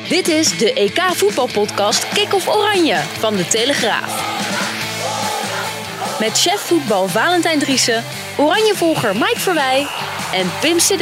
Dit is de EK voetbalpodcast Kick-Off Oranje van De Telegraaf. Met chef voetbal Valentijn Driessen, Oranjevolger Mike Verwij en Pim CD.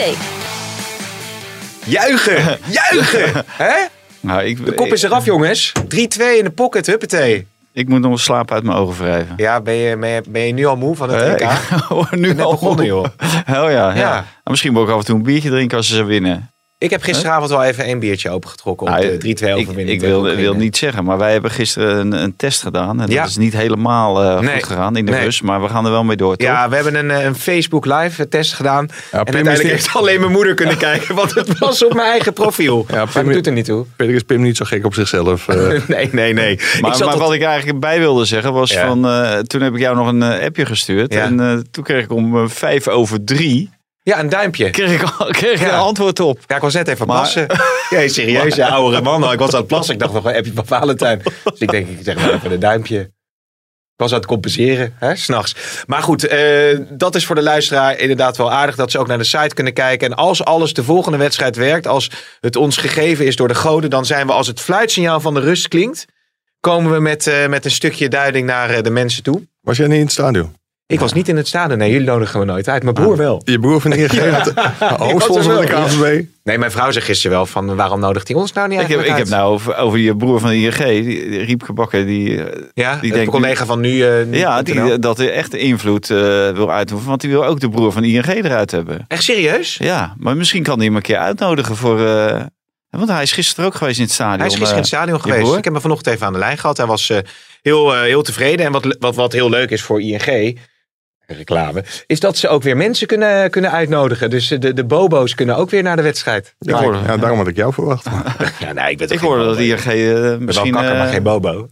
Juichen! Hè? Nou, De kop is eraf, jongens. 3-2 in de pocket, huppatee. Ik moet nog een slaap uit mijn ogen wrijven. Ja, ben je nu al moe van het EK? Nu al begonnen, joh. Oh ja. Ja. Nou, misschien moet ik af en toe een biertje drinken als ze winnen. Ik heb gisteravond wel even een biertje opengetrokken op de 3-2 overwinning. Ik wil niet zeggen, maar wij hebben gisteren een test gedaan. En dat is niet helemaal goed gegaan in de rust, maar we gaan er wel mee door, toch? Ja, we hebben een Facebook live test gedaan. Ja, en uiteindelijk heeft alleen mijn moeder kunnen kijken, want het was op mijn eigen profiel. Ja, maar dat doet er niet toe. Verder is Pim niet zo gek op zichzelf. Nee. Maar wat ik eigenlijk bij wilde zeggen was van... toen heb ik jou nog een appje gestuurd. Ja. En toen kreeg ik om 5:03... Ja, een duimpje. Kreeg ik een antwoord op. Ja, ik was net even plassen. Ja, serieus, oudere man. Ik was aan het plassen. Ik dacht nog een appje van Valentijn. Dus ik denk, ik zeg maar even een duimpje. Ik was aan het compenseren, hè, 's nachts. Maar goed, dat is voor de luisteraar inderdaad wel aardig. Dat ze ook naar de site kunnen kijken. En als alles de volgende wedstrijd werkt. Als het ons gegeven is door de goden. Dan zijn we, als het fluitsignaal van de rust klinkt. Komen we met een stukje duiding naar de mensen toe. Was jij niet in het stadion? Ik was niet in het stadion. Nee, jullie nodigen me nooit uit. Mijn broer wel. Je broer van de ING had hoofdsponsor van de KNVB. Nee, mijn vrouw zei gisteren wel van waarom nodigt hij ons nou niet uit? Ik heb nou over die broer van de ING, die Riepke Bakker, die denkt, collega van nu. Dat hij echt invloed wil uitoefenen, want die wil ook de broer van de ING eruit hebben. Echt serieus? Ja, maar misschien kan hij hem een keer uitnodigen voor. Want hij is gisteren ook geweest in het stadion. Hij is gisteren in het stadion geweest. Ik heb hem vanochtend even aan de lijn gehad. Hij was heel tevreden. En wat heel leuk is voor ING, reclame, is dat ze ook weer mensen kunnen uitnodigen. Dus de bobo's kunnen ook weer naar de wedstrijd. Ja, daarom had ik jou verwacht. Ik hoorde dat ING misschien wel kakker, maar geen bobo.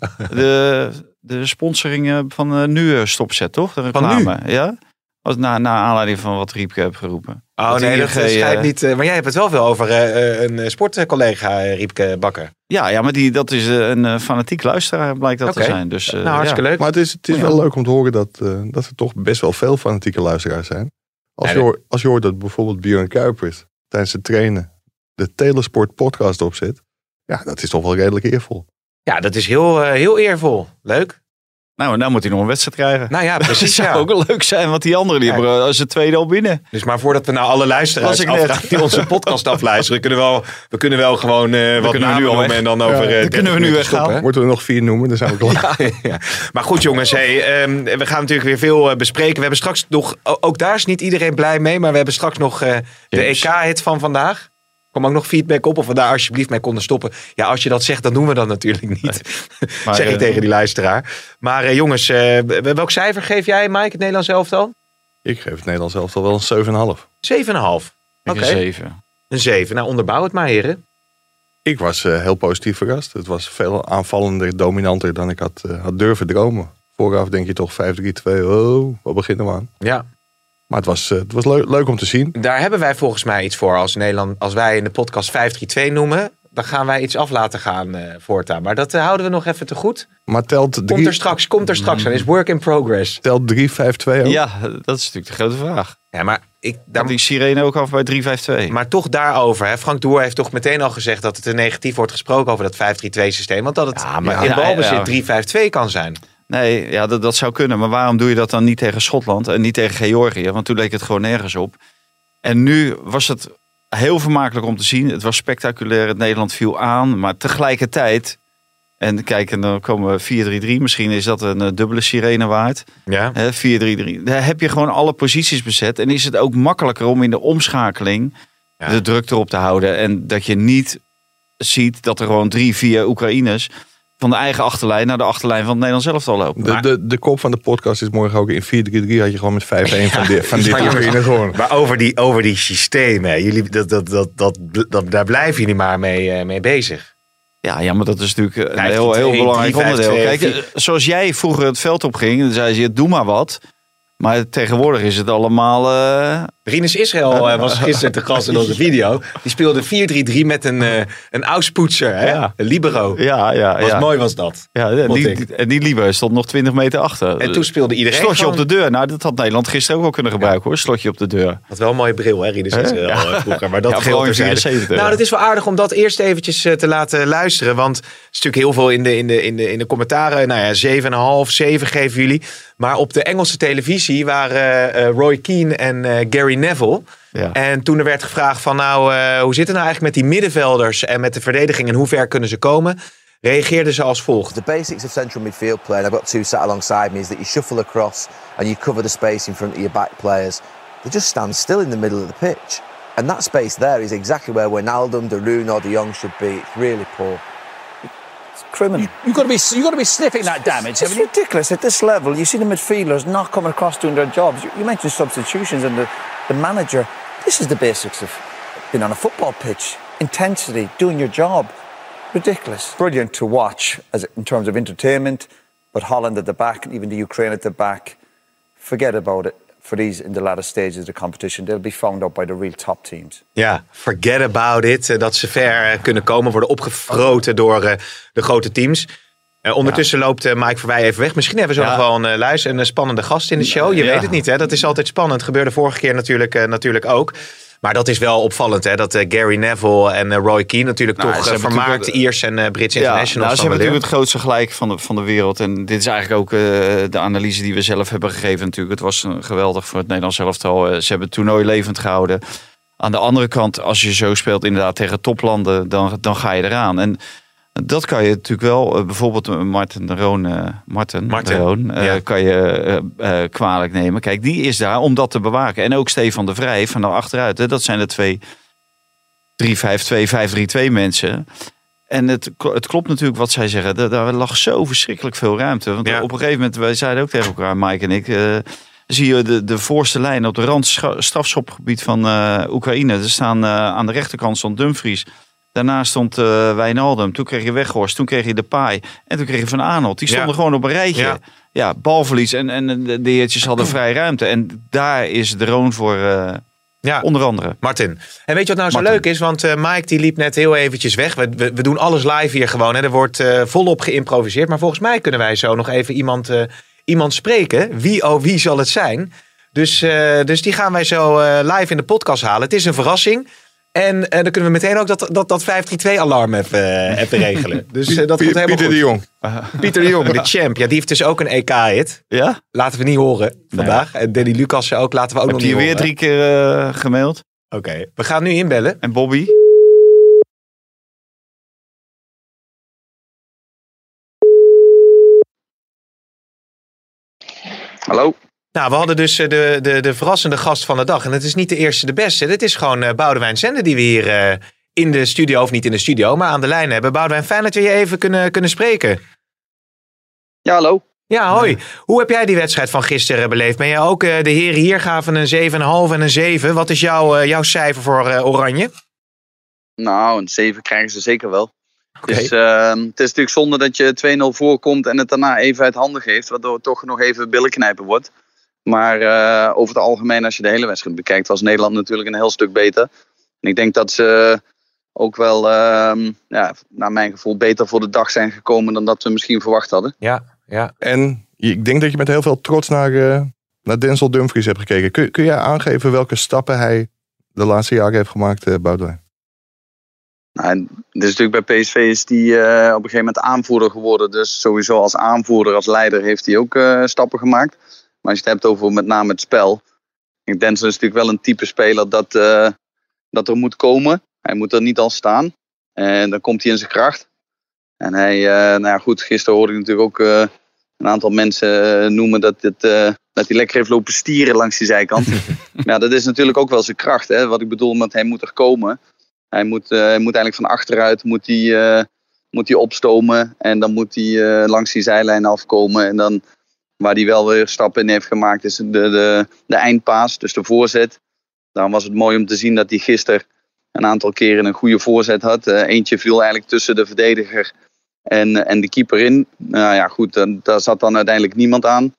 de sponsoring van nu stopzet, toch? De reclame. Van nu? Ja? Na aanleiding van wat Riepke heeft geroepen. Oh nee, dat schijnt niet. Maar jij hebt het wel veel over een sportcollega, Riepke Bakker. Ja, maar dat is een fanatiek luisteraar, blijkt dat te zijn. Dus, hartstikke leuk. Maar het is wel leuk om te horen dat er toch best wel veel fanatieke luisteraars zijn. Als je hoort dat bijvoorbeeld Björn Kuipers tijdens het trainen de Telesport podcast opzet. Ja, dat is toch wel redelijk eervol. Ja, dat is heel eervol. Leuk. Nou moet hij nog een wedstrijd krijgen. Nou ja, precies. Het zou ook wel leuk zijn, want die anderen die hebben als het tweede al binnen. Dus maar voordat we nou alle luisteraars die onze podcast afluisteren, we kunnen wel gewoon wat namen noemen en dan over kunnen we nu weghalen. Moeten we nog 4 noemen, dan zijn we klaar. Ja. Maar goed jongens, we gaan natuurlijk weer veel bespreken. We hebben straks nog, ook daar is niet iedereen blij mee, maar we hebben straks nog de EK-hit van vandaag. Er kwam ook nog feedback op of we daar alsjeblieft mee konden stoppen. Ja, als je dat zegt, dan doen we dat natuurlijk niet. Nee. Maar, zeg ik tegen die luisteraar. Maar jongens, welk cijfer geef jij, Mike, het Nederlands elftal? Ik geef het Nederlands elftal wel een 7,5. 7,5? Oké. Een 7. Een 7. Nou, onderbouw het maar, heren. Ik was heel positief verrast. Het was veel aanvallender, dominanter dan ik had durven dromen. Vooraf denk je toch 5-3-2. Oh, wat beginnen we aan? Ja. Maar het was leuk om te zien. Daar hebben wij volgens mij iets voor als wij in de podcast 5-3-2 noemen. Dan gaan wij iets af laten gaan voortaan. Maar dat houden we nog even te goed. Maar telt 3... Komt er straks aan. Is work in progress. Telt 3-5-2 ook? Ja, dat is natuurlijk de grote vraag. Ja, maar die sirene ook af bij 3-5-2. Maar toch daarover. Hè? Frank de Boer heeft toch meteen al gezegd dat het negatief wordt gesproken over dat 5-3-2 systeem. Want dat het in balbezit 3-5-2 kan zijn. Nee, ja, dat zou kunnen. Maar waarom doe je dat dan niet tegen Schotland en niet tegen Georgië? Want toen leek het gewoon nergens op. En nu was het heel vermakelijk om te zien. Het was spectaculair. Het Nederland viel aan. Maar tegelijkertijd... En kijk, en dan komen we 4-3-3. Misschien is dat een dubbele sirene waard. Ja. 4-3-3. Daar heb je gewoon alle posities bezet. En is het ook makkelijker om in de omschakeling de druk erop te houden. En dat je niet ziet dat er gewoon 3-4 Oekraïners van de eigen achterlijn naar de achterlijn van het Nederlands elftal lopen. De kop van de podcast is morgen ook in 4-3-3 had je gewoon met 5-1 van dit Oekraïne gewoon. Maar over die systemen, jullie, daar blijven jullie maar mee bezig. Ja, maar dat is natuurlijk een heel belangrijk onderdeel. Kijk, zoals jij vroeger het veld op ging, dan zei je, doe maar wat. Maar tegenwoordig is het allemaal... Rinus Israël was gisteren te gast in onze video. Die speelde 4-3-3 met een Auspoetser, hè? Ja. Een libero. Ja. Mooi was dat. Ja, die libero stond nog 20 meter achter. En toen speelde iedereen Slotje op de deur. Nou, dat had Nederland gisteren ook wel kunnen gebruiken, hoor. Slotje op de deur. Had wel een mooie bril, hè, Rinus Israël vroeger. Maar dat vooral in 74. Nou, dat is wel aardig om dat eerst eventjes te laten luisteren. Want het is natuurlijk heel veel in de commentaren. Nou ja, 7,5, 7 geven jullie. Maar op de Engelse televisie waren Roy Keane en Gary Neville. Ja. En toen er werd gevraagd van hoe zit het nou eigenlijk met die middenvelders en met de verdediging en hoe ver kunnen ze komen, reageerden ze als volgt. The basics of central midfield play, and I've got two sat alongside me, is that you shuffle across and you cover the space in front of your back players. They just stand still in the middle of the pitch. And that space there is exactly where Wijnaldum, De Roon or De Jong should be. It's really poor. It's criminal. You've got to be sniffing that damage. It's ridiculous at this level. You see the midfielders not coming across doing their jobs. You mentioned substitutions and the manager. This is the basics of being on a football pitch. Intensity, doing your job. Ridiculous. Brilliant to watch in terms of entertainment, but Holland at the back, even the Ukraine at the back, forget about it. For these in the latter stages of the competition, they'll be found out by the real top teams. Ja, forget about it. Dat ze ver kunnen komen, worden opgefroten door de grote teams. Ondertussen loopt Mike Verwij even weg. Misschien hebben we zo nog wel een spannende gast in de show. Je weet het niet, hè? Dat is altijd spannend. Gebeurde vorige keer natuurlijk ook. Maar dat is wel opvallend, hè? Dat Gary Neville en Roy Keane natuurlijk toch vermaakt Iers en Brits internationals. Ze hebben natuurlijk het grootste gelijk van de wereld. En dit is eigenlijk ook de analyse die we zelf hebben gegeven natuurlijk. Het was geweldig voor het Nederlands elftal. Ze hebben het toernooi levend gehouden. Aan de andere kant, als je zo speelt inderdaad tegen toplanden, dan ga je eraan. En dat kan je natuurlijk wel, bijvoorbeeld Marten de Roon kan je kwalijk nemen. Kijk, die is daar om dat te bewaken. En ook Stefan de Vrij van nou achteruit. Hè, dat zijn de 2 3-5-2, 5-3-2 mensen. En het klopt natuurlijk wat zij zeggen. Daar lag zo verschrikkelijk veel ruimte. Want op een gegeven moment, wij zeiden ook tegen elkaar, Mike en ik, zie je de voorste lijn op de rand strafschopgebied van Oekraïne. Er staan aan de rechterkant stond Dumfries. Daarna stond Wijnaldum. Toen kreeg je Weghorst. Toen kreeg je Depay. En toen kreeg je Van Aanholt. Die stonden gewoon op een rijtje. Ja, balverlies. En de heertjes hadden vrij ruimte. En daar is de Roon voor onder andere. Martin. En weet je wat nou zo leuk is? Want Mike die liep net heel eventjes weg. We doen alles live hier gewoon. Hè. Er wordt volop geïmproviseerd. Maar volgens mij kunnen wij zo nog even iemand spreken. Wie zal het zijn? Dus die gaan wij zo live in de podcast halen. Het is een verrassing. En dan kunnen we meteen ook dat 5-3-2-alarm even regelen. Dus dat komt helemaal Pieter goed. de Jong. Pieter de Jong, de champ. Ja, die heeft dus ook een EK-hit. Ja? Laten we niet horen vandaag. En Danny Lucas ook, laten we ook nog niet horen. Heb je weer 3 keer gemaild? Oké, we gaan nu inbellen. En Bobby? Hallo? Nou, we hadden dus de verrassende gast van de dag. En het is niet de eerste de beste. Dit is gewoon Boudewijn Zender die we hier in de studio, of niet in de studio, maar aan de lijn hebben. Boudewijn, fijn dat we je even kunnen spreken. Ja, hallo. Ja, hoi. Hoe heb jij die wedstrijd van gisteren beleefd? Ben jij ook, de heren hier gaven een 7,5 en een 7. Wat is jouw cijfer voor Oranje? Nou, een 7 krijgen ze zeker wel. Okay. Dus het is natuurlijk zonde dat je 2-0 voorkomt en het daarna even uit handen geeft. Waardoor het toch nog even billen knijpen wordt. Maar over het algemeen, als je de hele wedstrijd bekijkt, was Nederland natuurlijk een heel stuk beter. En ik denk dat ze ook wel, naar mijn gevoel, beter voor de dag zijn gekomen dan dat we misschien verwacht hadden. Ja. En ik denk dat je met heel veel trots naar Denzel Dumfries hebt gekeken. Kun je aangeven welke stappen hij de laatste jaren heeft gemaakt, Boudewijn? Nou, dus natuurlijk bij PSV is hij op een gegeven moment aanvoerder geworden. Dus sowieso als aanvoerder, als leider heeft hij ook stappen gemaakt. Maar als je het hebt over met name het spel. Denzel is natuurlijk wel een type speler dat er moet komen. Hij moet er niet al staan. En dan komt hij in zijn kracht. En hij, goed, gisteren hoorde ik natuurlijk ook een aantal mensen noemen dat hij lekker heeft lopen stieren langs die zijkant. Maar dat is natuurlijk ook wel zijn kracht. Hè? Wat ik bedoel met hij moet er komen. Hij moet eigenlijk van achteruit moet hij opstomen. En dan moet hij langs die zijlijn afkomen. En dan waar hij wel weer stappen in heeft gemaakt is de eindpaas. Dus de voorzet. Daarom was het mooi om te zien dat hij gisteren een aantal keren een goede voorzet had. Eentje viel eigenlijk tussen de verdediger en de keeper in. Nou ja, goed, daar zat dan uiteindelijk niemand aan.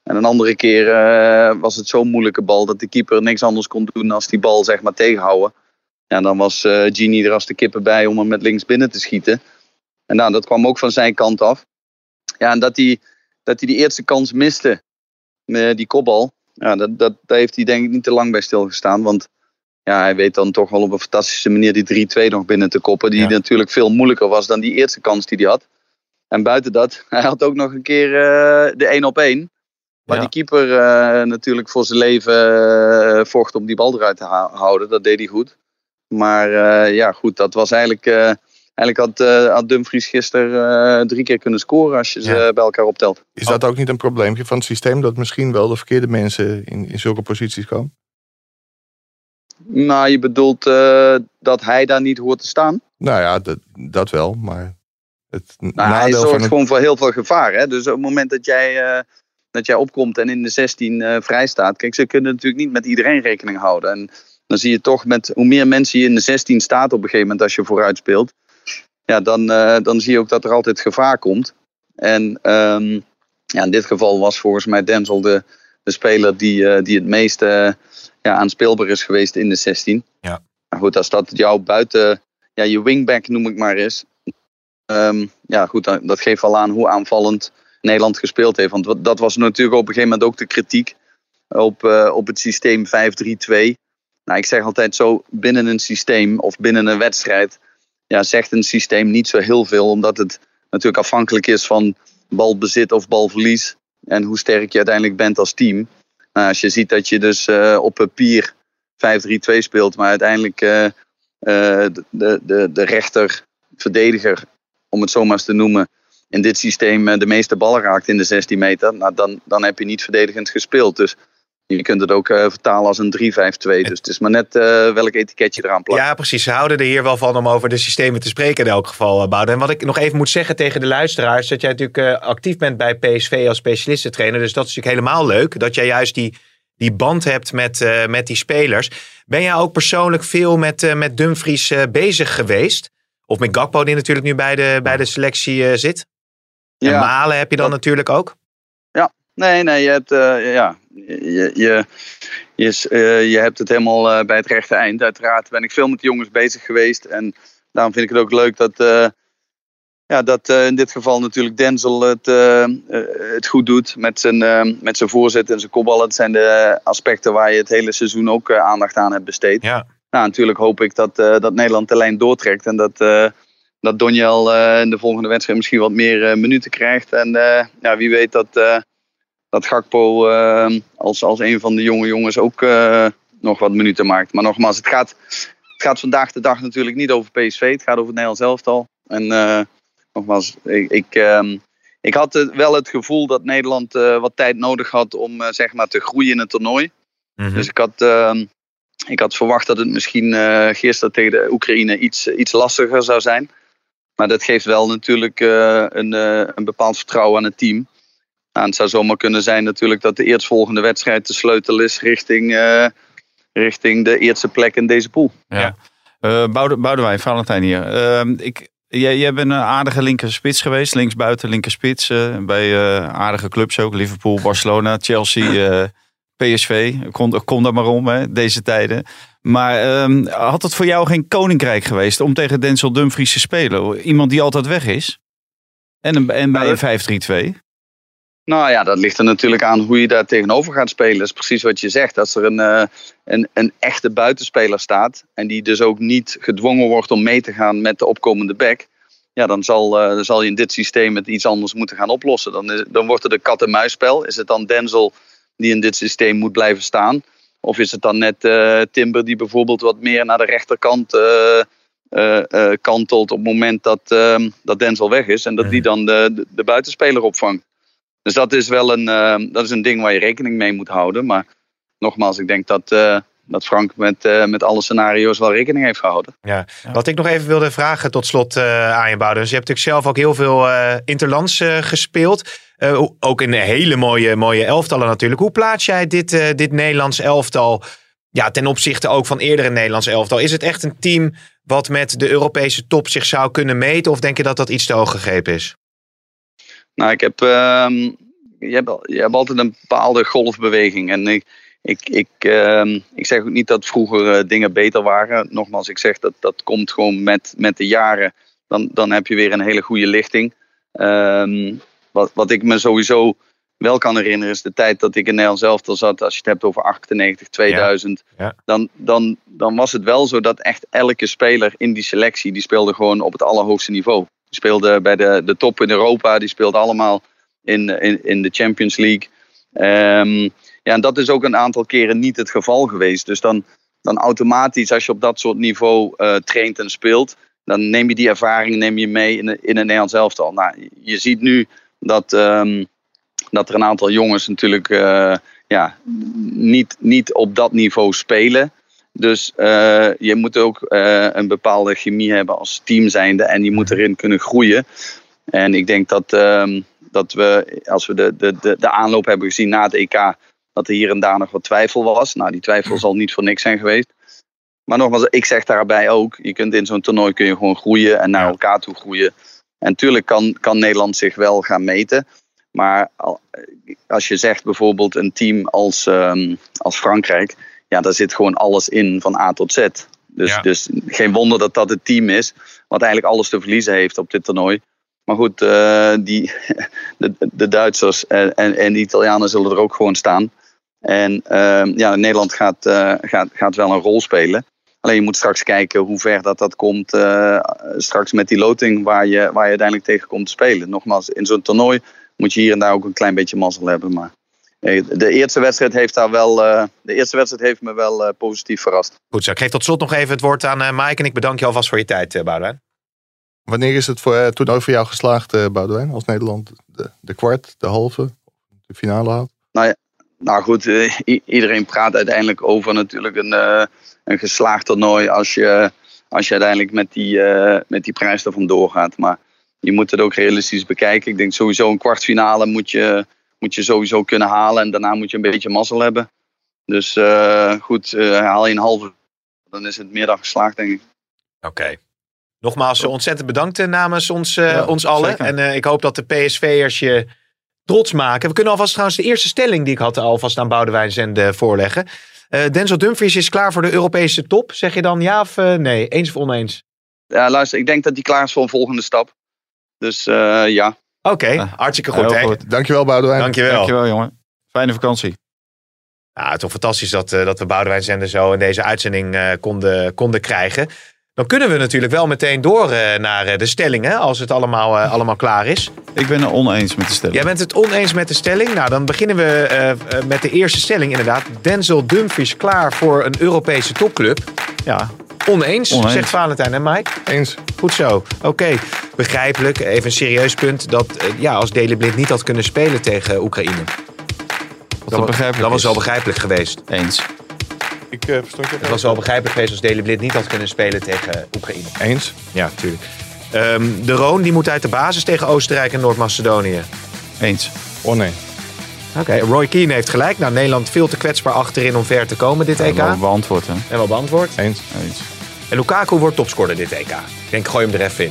En een andere keer was het zo'n moeilijke bal dat de keeper niks anders kon doen als die bal zeg maar tegenhouden. Ja, dan was Gini er als de kippen bij om hem met links binnen te schieten. En nou, dat kwam ook van zijn kant af. Ja, en dat hij die eerste kans miste, die kopbal. Ja, daar heeft hij denk ik niet te lang bij stilgestaan. Want ja, hij weet dan toch wel op een fantastische manier die 3-2 nog binnen te koppen. Die natuurlijk veel moeilijker was dan die eerste kans die hij had. En buiten dat, hij had ook nog een keer de 1-op-1. Waar die keeper natuurlijk voor zijn leven vocht om die bal eruit te houden. Dat deed hij goed. Maar ja, goed, dat was eigenlijk had Dumfries gisteren 3 keer kunnen scoren als je ze bij elkaar optelt. Is dat ook niet een probleempje van het systeem dat misschien wel de verkeerde mensen in zulke posities komen? Nou, je bedoelt dat hij daar niet hoort te staan? Nou ja, dat wel, maar hij zorgt gewoon voor heel veel gevaar. Hè? Dus op het moment dat jij opkomt en in de 16 vrij staat. Kijk, ze kunnen natuurlijk niet met iedereen rekening houden. En dan zie je toch met hoe meer mensen je in de 16 staat op een gegeven moment als je vooruit speelt. Ja, dan zie je ook dat er altijd gevaar komt. En in dit geval was volgens mij Denzel de speler die het meest aanspeelbaar is geweest in de 16. Ja. Maar goed, als dat jouw buiten, je wingback noem ik maar eens. Goed, dat geeft al aan hoe aanvallend Nederland gespeeld heeft. Want dat was natuurlijk op een gegeven moment ook de kritiek op het systeem 5-3-2. Nou, ik zeg altijd zo, binnen een systeem of binnen een wedstrijd zegt een systeem niet zo heel veel. Omdat het natuurlijk afhankelijk is van balbezit of balverlies. En hoe sterk je uiteindelijk bent als team. Nou, als je ziet dat je dus op papier 5-3-2 speelt. Maar uiteindelijk de rechter verdediger, om het zo maar eens te noemen, in dit systeem de meeste ballen raakt in de 16 meter. Nou, dan heb je niet verdedigend gespeeld. Dus je kunt het ook vertalen als een 3-5-2. Dus het is maar net welk etiketje eraan plakt. Ja, precies. Ze houden er hier wel van om over de systemen te spreken in elk geval, Bouden. En wat ik nog even moet zeggen tegen de luisteraars, dat jij natuurlijk actief bent bij PSV als specialistentrainer. Dus dat is natuurlijk helemaal leuk. Dat jij juist die band hebt met die spelers. Ben jij ook persoonlijk veel met Dumfries bezig geweest? Of met Gakpo, die natuurlijk nu bij de selectie zit? En Malen heb je dan natuurlijk ook? Ja, nee, je hebt, je hebt het helemaal bij het rechte eind. Uiteraard ben ik veel met de jongens bezig geweest. En daarom vind ik het ook leuk dat in dit geval natuurlijk Denzel het goed doet met zijn voorzet en zijn kopbal. Dat zijn de aspecten waar je het hele seizoen ook aandacht aan hebt besteed. Ja. Nou, natuurlijk hoop ik dat Nederland de lijn doortrekt en dat Donjel in de volgende wedstrijd misschien wat meer minuten krijgt. En wie weet dat Gakpo als een van de jonge jongens ook nog wat minuten maakt. Maar nogmaals, het gaat vandaag de dag natuurlijk niet over PSV. Het gaat over het Nederlands elftal. En nogmaals, ik had wel het gevoel dat Nederland wat tijd nodig had om zeg maar te groeien in het toernooi. Mm-hmm. Dus ik had verwacht dat het misschien gisteren tegen de Oekraïne iets lastiger zou zijn. Maar dat geeft wel natuurlijk een bepaald vertrouwen aan het team. Nou, het zou zomaar kunnen zijn natuurlijk dat de eerstvolgende wedstrijd de sleutel is richting de eerste plek in deze pool. Ja. Boudewijn, Valentijn hier. Jij bent een aardige linkerspits geweest. Linksbuiten, linkerspits. Bij aardige clubs ook. Liverpool, Barcelona, Chelsea, PSV. Kom daar maar om, hè, deze tijden. Maar had het voor jou geen koninkrijk geweest om tegen Denzel Dumfries te spelen? Iemand die altijd weg is? En bij een 5-3-2? Nou ja, dat ligt er natuurlijk aan hoe je daar tegenover gaat spelen. Dat is precies wat je zegt. Als er een echte buitenspeler staat en die dus ook niet gedwongen wordt om mee te gaan met de opkomende back, ja, dan zal je in dit systeem het iets anders moeten gaan oplossen. Dan wordt het een kat-en-muisspel. Is het dan Denzel die in dit systeem moet blijven staan? Of is het dan net Timber die bijvoorbeeld wat meer naar de rechterkant kantelt op het moment dat Denzel weg is en dat die dan de buitenspeler opvangt? Dus dat is wel een ding waar je rekening mee moet houden. Maar nogmaals, ik denk dat Frank met alle scenario's wel rekening heeft gehouden. Ja. Wat ik nog even wilde vragen tot slot aan je, Bouden. Dus je hebt natuurlijk zelf ook heel veel interlands gespeeld. Ook in hele mooie elftallen natuurlijk. Hoe plaats jij dit Nederlands elftal ten opzichte ook van eerdere Nederlands elftal? Is het echt een team wat met de Europese top zich zou kunnen meten? Of denk je dat dat iets te hoog gegrepen is? Nou, ik heb je hebt altijd een bepaalde golfbeweging. En ik zeg ook niet dat vroeger dingen beter waren. Nogmaals, ik zeg dat komt gewoon met de jaren. Dan heb je weer een hele goede lichting. Wat ik me sowieso wel kan herinneren is de tijd dat ik in Nederland zelf zat. Als je het hebt over 98, 2000. Ja. Dan was het wel zo dat echt elke speler in die selectie, die speelde gewoon op het allerhoogste niveau. Die speelde bij de top in Europa. Die speelde allemaal in de Champions League. En dat is ook een aantal keren niet het geval geweest. Dus dan automatisch, als je op dat soort niveau traint en speelt, dan neem je die ervaring mee in een Nederlands elftal. Nou, je ziet nu dat er een aantal jongens natuurlijk niet op dat niveau spelen. Dus je moet ook een bepaalde chemie hebben als team zijnde. En die moet erin kunnen groeien. En ik denk dat we, als we de aanloop hebben gezien na het EK, dat er hier en daar nog wat twijfel was. Nou, die twijfel zal niet voor niks zijn geweest. Maar nogmaals, ik zeg daarbij ook, je kunt in zo'n toernooi kun je gewoon groeien en naar elkaar toe groeien. En natuurlijk kan Nederland zich wel gaan meten. Maar als je zegt bijvoorbeeld een team als Frankrijk, ja, daar zit gewoon alles in van A tot Z. Dus geen wonder dat het team is wat eigenlijk alles te verliezen heeft op dit toernooi. Maar goed, de Duitsers en de Italianen zullen er ook gewoon staan. En Nederland gaat wel een rol spelen. Alleen je moet straks kijken hoe ver dat komt straks met die loting waar je uiteindelijk tegen komt te spelen. Nogmaals, in zo'n toernooi moet je hier en daar ook een klein beetje mazzel hebben. Maar de eerste wedstrijd heeft me wel positief verrast. Goed zo, ik geef tot slot nog even het woord aan Mike en ik bedank je alvast voor je tijd, Boudewijn. Wanneer is het toernooi voor jou geslaagd, Boudewijn? Als Nederland de kwart, de halve, de finale haalt? Nou goed, iedereen praat uiteindelijk over natuurlijk een geslaagd toernooi als je uiteindelijk met die prijs ervan doorgaat. Maar je moet het ook realistisch bekijken. Ik denk sowieso een kwartfinale moet je sowieso kunnen halen. En daarna moet je een beetje mazzel hebben. Dus haal je een halve, dan is het meer dan geslaagd, denk ik. Oké. Nogmaals, ontzettend bedankt namens ons allen. Zeker. En ik hoop dat de PSV'ers je trots maken. We kunnen alvast trouwens de eerste stelling die ik had alvast aan Boudewijn Zende voorleggen. Denzel Dumfries is klaar voor de Europese top. Zeg je dan ja of nee? Eens of oneens? Ja, luister, ik denk dat hij klaar is voor een volgende stap. Dus ja. Oké, hartstikke goed. Hè? Goed. Dankjewel, Boudewijn. Dankjewel, jongen. Fijne vakantie. Ja, toch fantastisch dat we Boudewijn Zende zo in deze uitzending konden krijgen. Dan kunnen we natuurlijk wel meteen door naar de stelling, hè, als het allemaal klaar is. Ik ben het oneens met de stelling. Jij bent het oneens met de stelling? Nou, dan beginnen we met de eerste stelling inderdaad. Denzel Dumfries klaar voor een Europese topclub. Ja. Oneens, zegt Valentijn en Mike. Eens. Goed zo. Oké. Begrijpelijk. Even een serieus punt. Dat als Daley Blind niet had kunnen spelen tegen Oekraïne. Dat was wel begrijpelijk geweest. Eens. Ik verstond je. Het was wel begrijpelijk geweest als Daley Blind niet had kunnen spelen tegen Oekraïne. Eens. Ja, natuurlijk. De Roon die moet uit de basis tegen Oostenrijk en Noord-Macedonië. Eens. Nee. Oké, Roy Keane heeft gelijk. Nou, Nederland veel te kwetsbaar achterin om ver te komen dit EK. Wel beantwoord, hè? En wel beantwoord. Eens. En Lukaku wordt topscorer dit EK. Ik denk, gooi hem er even in.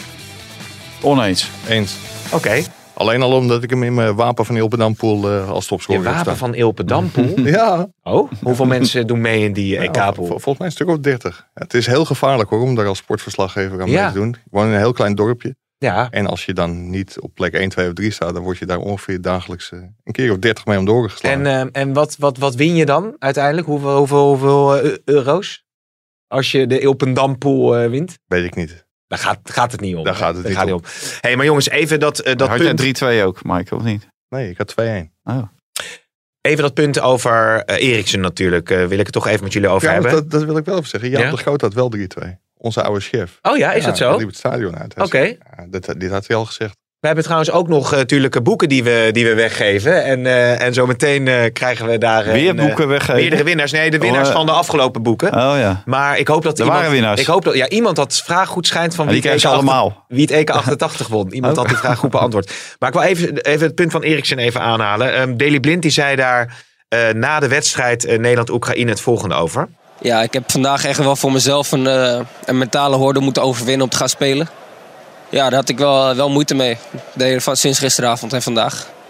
Oneens. Eens. Oké. Alleen al omdat ik hem in mijn Wapen van Ilpendampool als topscorer heb. Je Wapen van Ilpendampool? Ja. Oh, hoeveel mensen doen mee in die EK-pool? Volgens mij een stuk of 30. Ja, het is heel gevaarlijk hoor, om daar als sportverslaggever aan mee te doen. Ik woon in een heel klein dorpje. Ja. En als je dan niet op plek 1, 2 of 3 staat, dan word je daar ongeveer dagelijks een keer of 30 mee om doorgeslagen. En wat win je dan uiteindelijk? Hoeveel euro's? Als je de Ilpendampool wint? Weet ik niet. Daar gaat het niet om. Daar gaat het niet om. Hey, maar jongens, even dat had punt. Had jij 3-2 ook, Mike, of niet? Nee, ik had 2-1. Oh. Even dat punt over Eriksen natuurlijk. Wil ik het toch even met jullie over hebben. Dat wil ik wel even zeggen. Jan de Groot had wel 3-2. Onze oude chef. Oh ja, is dat zo? Hij liep het stadion uit. Oké. Ja, dit had hij al gezegd. We hebben trouwens ook nog natuurlijk boeken die we weggeven. En zo meteen krijgen we daar weer boeken weggeven. Meerdere winnaars. Nee, de winnaars van de afgelopen boeken. Oh ja. Maar ik hoop dat waren winnaars. Ik hoop dat iemand dat vraag goed schijnt van wie het EK 88 won. Iemand had die vraag goed beantwoord. Maar ik wil even het punt van Eriksen even aanhalen. Daley Blind die zei daar na de wedstrijd Nederland-Oekraïne het volgende over. Ja, ik heb vandaag echt wel voor mezelf een mentale horde moeten overwinnen om te gaan spelen. Ja, daar had ik wel moeite mee. Sinds gisteravond en vandaag.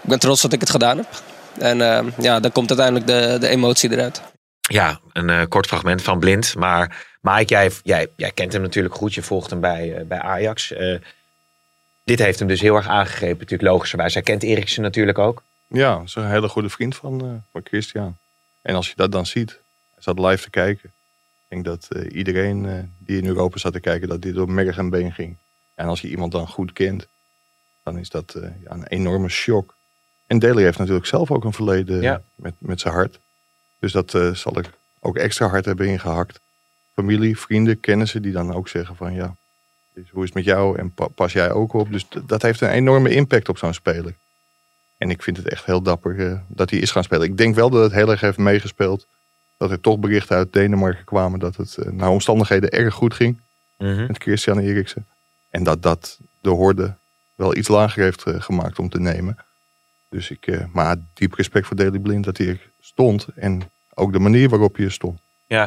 ik ben trots dat ik het gedaan heb. En dan komt uiteindelijk de emotie eruit. Ja, een kort fragment van Blind. Maar Mike, jij kent hem natuurlijk goed. Je volgt hem bij Ajax. Dit heeft hem dus heel erg aangegrepen, natuurlijk logischerwijs. Hij kent Eriksen natuurlijk ook. Ja, dat is een hele goede vriend van Christian. En als je dat dan ziet, hij zat live te kijken. Ik denk dat iedereen die in Europa zat te kijken, dat dit door merg en been ging. En als je iemand dan goed kent, dan is dat een enorme shock. En Daly heeft natuurlijk zelf ook een verleden met zijn hart. Dus dat zal ik ook extra hard hebben ingehakt. Familie, vrienden, kennissen die dan ook zeggen van ja, dus hoe is het met jou en pas jij ook op? Dus dat heeft een enorme impact op zo'n speler. En ik vind het echt heel dapper dat hij is gaan spelen. Ik denk wel dat het heel erg heeft meegespeeld. Dat er toch berichten uit Denemarken kwamen dat het naar omstandigheden erg goed ging. Met Christian Eriksen. En dat de horde wel iets lager heeft gemaakt om te nemen. Dus maar diep respect voor Daley Blind dat hij er stond. En ook de manier waarop hij er stond. Ja,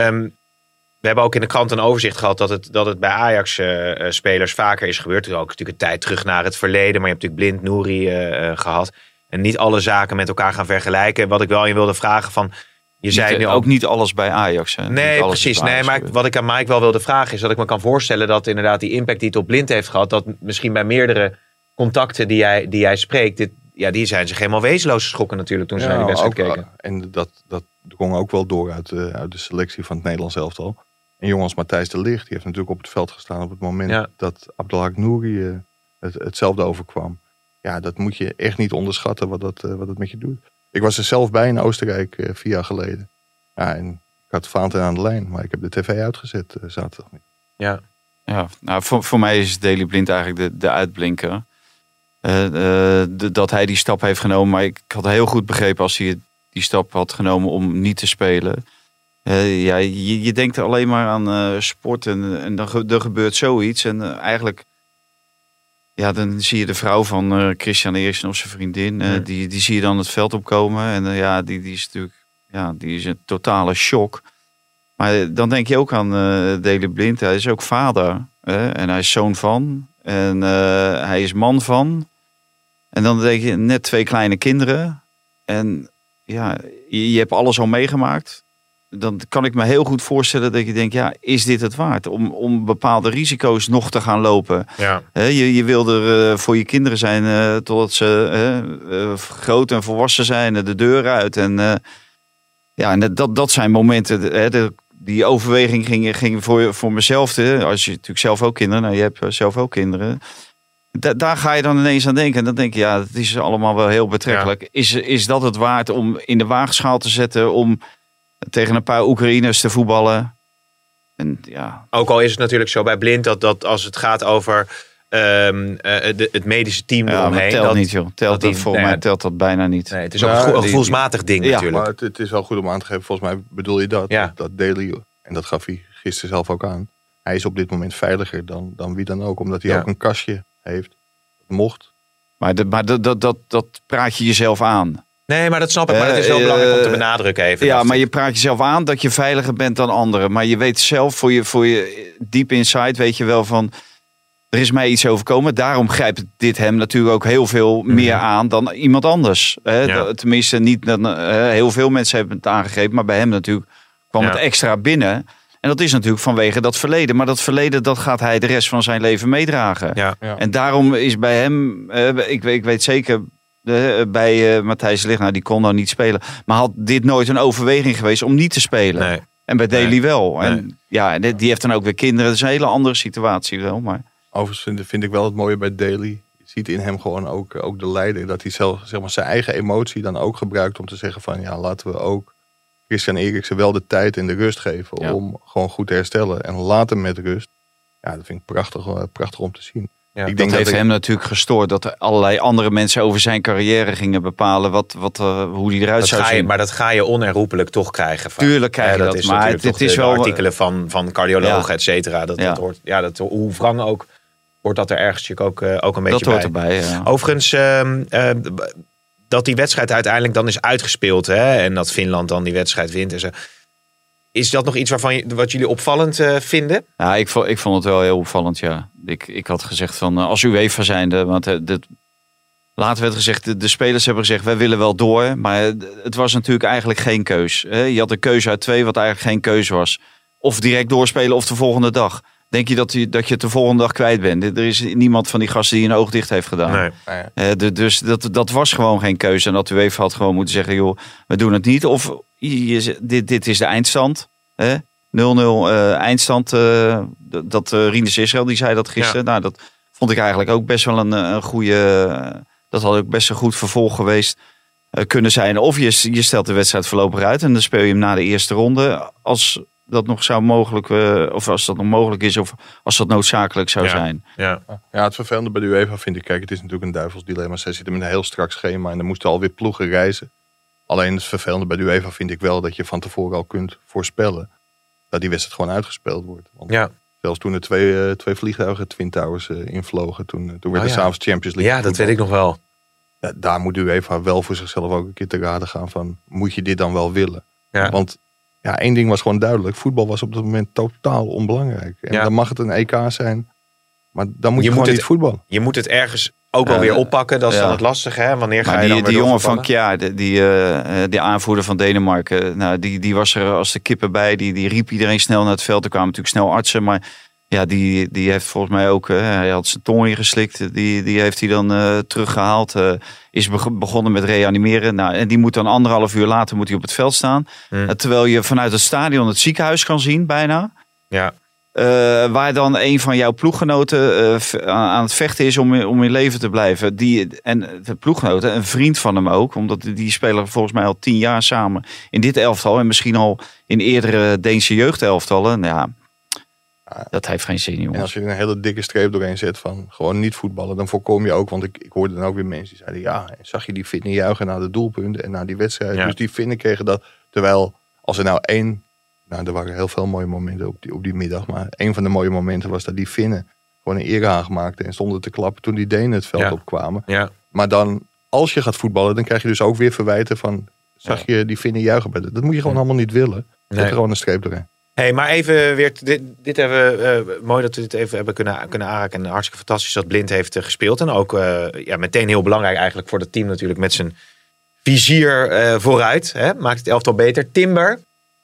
we hebben ook in de krant een overzicht gehad dat het bij Ajax-spelers vaker is gebeurd. Er is ook natuurlijk een tijd terug naar het verleden. Maar je hebt natuurlijk Blind, Nouri gehad. En niet alle zaken met elkaar gaan vergelijken. Wat ik wel aan je wilde vragen van... Je zei nu ook niet alles bij Ajax. Hè? Nee, precies. Nee, maar wat ik aan Mike wel wilde vragen is dat ik me kan voorstellen dat inderdaad die impact die het op Blind heeft gehad, dat misschien bij meerdere contacten die jij spreekt, die zijn zich helemaal wezenloos geschrokken natuurlijk toen ze naar die wedstrijd keken. En dat drong ook wel door uit de selectie van het Nederlands elftal. En jongens Matthijs de Ligt, die heeft natuurlijk op het veld gestaan op het moment dat Abdelhak Nouri hetzelfde overkwam. Ja, dat moet je echt niet onderschatten wat dat met je doet. Ik was er zelf bij in Oostenrijk 4 jaar geleden. Ja, en ik had Vaanten aan de lijn, maar ik heb de tv uitgezet zaterdag niet. Ja, nou, voor mij is Daley Blind eigenlijk de uitblinker. Dat hij die stap heeft genomen. Maar ik had heel goed begrepen als hij die stap had genomen om niet te spelen. Je denkt alleen maar aan sport en dan gebeurt zoiets. En eigenlijk... Ja, dan zie je de vrouw van Christian Eriksen of zijn vriendin. Die zie je dan het veld opkomen. En die is natuurlijk... Ja, die is een totale shock. Maar dan denk je ook aan Daley Blind. Hij is ook vader. En hij is zoon van. En hij is man van. En dan denk je net 2 kleine kinderen. En ja, je hebt alles al meegemaakt. Dan kan ik me heel goed voorstellen dat je denkt, ja, is dit het waard? Om bepaalde risico's nog te gaan lopen. Ja. Je wil er voor je kinderen zijn totdat ze groot en volwassen zijn, de deur uit. En dat zijn momenten, die overweging ging voor mezelf. Als je natuurlijk zelf ook kinderen, je hebt zelf ook kinderen. Daar ga je dan ineens aan denken. En dan denk je, ja, het is allemaal wel heel betrekkelijk. Ja. Is dat het waard om in de waagschaal te zetten om tegen een paar Oekraïners te voetballen? En, ja. Ook al is het natuurlijk zo bij Blind dat als het gaat over het medische team eromheen. Telt niet, joh. Volgens mij telt dat bijna niet. Nee, het is ook een gevoelsmatig ding natuurlijk. Maar het is wel goed om aan te geven. Volgens mij bedoel je dat. Ja. Dat Daley, en dat gaf hij gisteren zelf ook aan. Hij is op dit moment veiliger dan wie dan ook. Omdat hij ook een kastje heeft. Dat mocht. Maar dat praat je jezelf aan. Nee, maar dat snap ik. Maar het is wel belangrijk om te benadrukken even. Ja, maar je praat jezelf aan dat je veiliger bent dan anderen. Maar je weet zelf, voor je diep inside weet je wel van, er is mij iets overkomen. Daarom grijpt dit hem natuurlijk ook heel veel meer aan dan iemand anders. Tenminste, niet heel veel mensen hebben het aangegrepen. Maar bij hem natuurlijk kwam het extra binnen. En dat is natuurlijk vanwege dat verleden. Maar dat verleden, dat gaat hij de rest van zijn leven meedragen. Ja. En daarom is bij hem, ik weet zeker, bij Matthijs de Ligt, nou, die kon nou niet spelen. Maar had dit nooit een overweging geweest om niet te spelen? Nee. En bij Daley wel. Nee. En ja, die heeft dan ook weer kinderen. Dat is een hele andere situatie wel. Maar overigens vind ik wel het mooie bij Daley. Je ziet in hem gewoon ook de leider. Dat hij zelf, zeg maar, zijn eigen emotie dan ook gebruikt om te zeggen van, ja, laten we ook Christian Eriksen wel de tijd en de rust geven om gewoon goed te herstellen. En later met rust. Ja, dat vind ik prachtig om te zien. Ja, ik denk dat heeft hem natuurlijk gestoord dat er allerlei andere mensen over zijn carrière gingen bepalen hoe die eruit zou zien. Maar dat ga je onherroepelijk toch krijgen. Tuurlijk krijg je dat. Maar het is wel artikelen van cardiologen, et cetera. Dat hoort. Ja, dat hoe wrang ook wordt dat er ergens ook een beetje bij. Dat hoort erbij. Ja. Overigens, dat die wedstrijd uiteindelijk dan is uitgespeeld, hè, en dat Finland dan die wedstrijd wint en zo. Is dat nog iets wat jullie opvallend vinden? Ja, ik vond het wel heel opvallend, ja. Ik had gezegd van, als UEFA zijnde, want Later werd gezegd, de spelers hebben gezegd, wij willen wel door. Maar het was natuurlijk eigenlijk geen keus. Je had een keuze uit 2 wat eigenlijk geen keuze was. Of direct doorspelen of de volgende dag. Denk je dat je het de volgende dag kwijt bent? Er is niemand van die gasten die een oog dicht heeft gedaan. Nee. Dus dat was gewoon geen keuze. En dat de UEFA had gewoon moeten zeggen, joh, we doen het niet. Of dit is de eindstand. 0-0 eindstand. Dat Rinus Israël, die zei dat gisteren. Ja. Nou, dat vond ik eigenlijk ook best wel een goede... Dat had ook best een goed vervolg geweest kunnen zijn. Of je stelt de wedstrijd voorlopig uit en dan speel je hem na de eerste ronde. Als dat nog zou mogelijk, of als dat nog mogelijk is, of als dat noodzakelijk zou zijn. Ja, het vervelende bij de UEFA vind ik, kijk, het is natuurlijk een duivels dilemma. Zij zitten met een heel strak schema en dan moesten alweer ploegen reizen. Alleen het vervelende bij de UEFA vind ik wel dat je van tevoren al kunt voorspellen dat die wedstrijd gewoon uitgespeeld wordt. Want zelfs toen er twee vliegtuigen Twin Towers invlogen, toen werd er s'avonds Champions League. Ja, dat weet ik nog wel. Ja, daar moet de UEFA wel voor zichzelf ook een keer te raden gaan van, moet je dit dan wel willen? Ja. Want één ding was gewoon duidelijk. Voetbal was op dat moment totaal onbelangrijk. En dan mag het een EK zijn, maar dan moet je gewoon niet voetballen. Je moet het ergens ook wel weer oppakken. Dat is dan het lastige. Hè? Wanneer ga je dan weer die jongen van Kjaer, die aanvoerder van Denemarken, die was er als de kippen bij. Die riep iedereen snel naar het veld. Er kwamen natuurlijk snel artsen, maar ja, die heeft volgens mij ook, hij had zijn tong ingeslikt. Die heeft hij dan teruggehaald. Is begonnen met reanimeren. Nou, en die moet dan 1,5 uur later moet hij op het veld staan. Terwijl je vanuit het stadion het ziekenhuis kan zien bijna. Ja. Waar dan een van jouw ploeggenoten aan het vechten is om in leven te blijven. En de ploeggenoten, een vriend van hem ook. Omdat die spelen volgens mij al 10 jaar samen in dit elftal. En misschien al in eerdere Deense jeugdelftallen. Nou ja, dat heeft geen zin, jongens. En als je er een hele dikke streep doorheen zet van gewoon niet voetballen, dan voorkom je ook, want ik hoorde dan ook weer mensen die zeiden, zag je die Finnen juichen naar de doelpunten en naar die wedstrijd. Ja. Dus die Finnen kregen dat, terwijl als er er waren heel veel mooie momenten op die middag, maar een van de mooie momenten was dat die Finnen gewoon een erehaag maakten en stonden te klappen toen die Denen het veld opkwamen. Ja. Maar dan, als je gaat voetballen, dan krijg je dus ook weer verwijten van, zag je die Finnen juichen bij dat moet je gewoon allemaal niet willen. Zet er gewoon een streep doorheen. Hey, maar even weer, dit hebben we, mooi dat we dit even hebben kunnen aanraken. En hartstikke fantastisch dat Blind heeft gespeeld. En ook meteen heel belangrijk eigenlijk voor het team natuurlijk met zijn vizier vooruit. Hè? Maakt het elftal beter. Timber.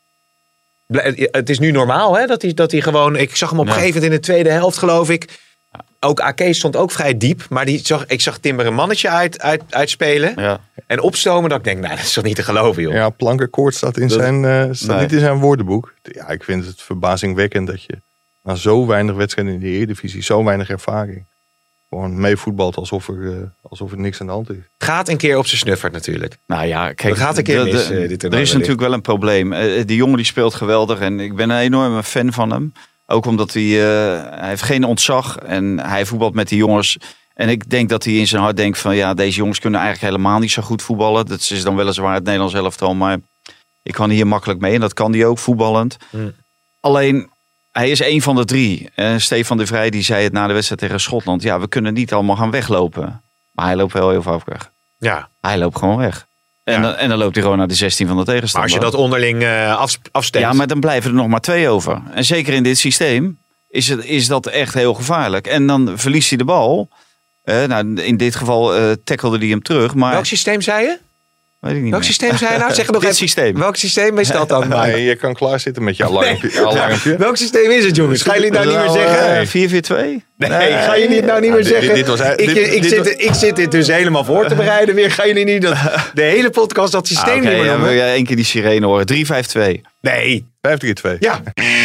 Het is nu normaal hè, dat hij gewoon, ik zag hem op een gegeven moment in de tweede helft geloof ik. Ook Ake stond ook vrij diep. Maar ik zag Timber een mannetje uitspelen. Ja. En opstomen dat ik denk, dat is toch niet te geloven, joh. Ja, Plankenkoord staat niet in zijn woordenboek. Ja, ik vind het verbazingwekkend dat je na zo weinig wedstrijden in de Eredivisie, zo weinig ervaring, gewoon meevoetbalt alsof er niks aan de hand is. Gaat een keer op zijn snuffert natuurlijk. Nou ja, kijk, gaat een keer mis. Er is natuurlijk wel een probleem. Die jongen die speelt geweldig en ik ben een enorme fan van hem. Ook omdat hij heeft geen ontzag en hij voetbalt met die jongens. En ik denk dat hij in zijn hart denkt van deze jongens kunnen eigenlijk helemaal niet zo goed voetballen. Dat is dan weliswaar het Nederlands elftal, maar ik kan hier makkelijk mee. En dat kan hij ook voetballend. Alleen, hij is 1 van de 3. Stefan de Vrij die zei het na de wedstrijd tegen Schotland. Ja, we kunnen niet allemaal gaan weglopen. Maar hij loopt wel heel vaak weg. Ja. Hij loopt gewoon weg. En dan loopt hij gewoon naar de 16 van de tegenstander. Maar als je dat onderling afstemt. Ja, maar dan blijven er nog maar 2 over. En zeker in dit systeem is dat echt heel gevaarlijk. En dan verliest hij de bal. In dit geval tackelde hij hem terug. Maar welk systeem zei je? Weet ik niet welk systeem zei je nou? Zeg nog dit systeem. Welk systeem is dat dan? Nee, je kan klaar zitten met je alarmpje. Welk systeem is het, jongens? Gaan jullie nou niet meer zeggen? 4-4-2? Nee, ga je niet nou niet meer zeggen? Ik zit dit dus helemaal voor te bereiden weer. Gaan jullie niet de hele podcast dat systeem niet meer noemen? Wil jij 1 keer die sirene horen? 3-5-2. Nee. 5-3-2. Ja.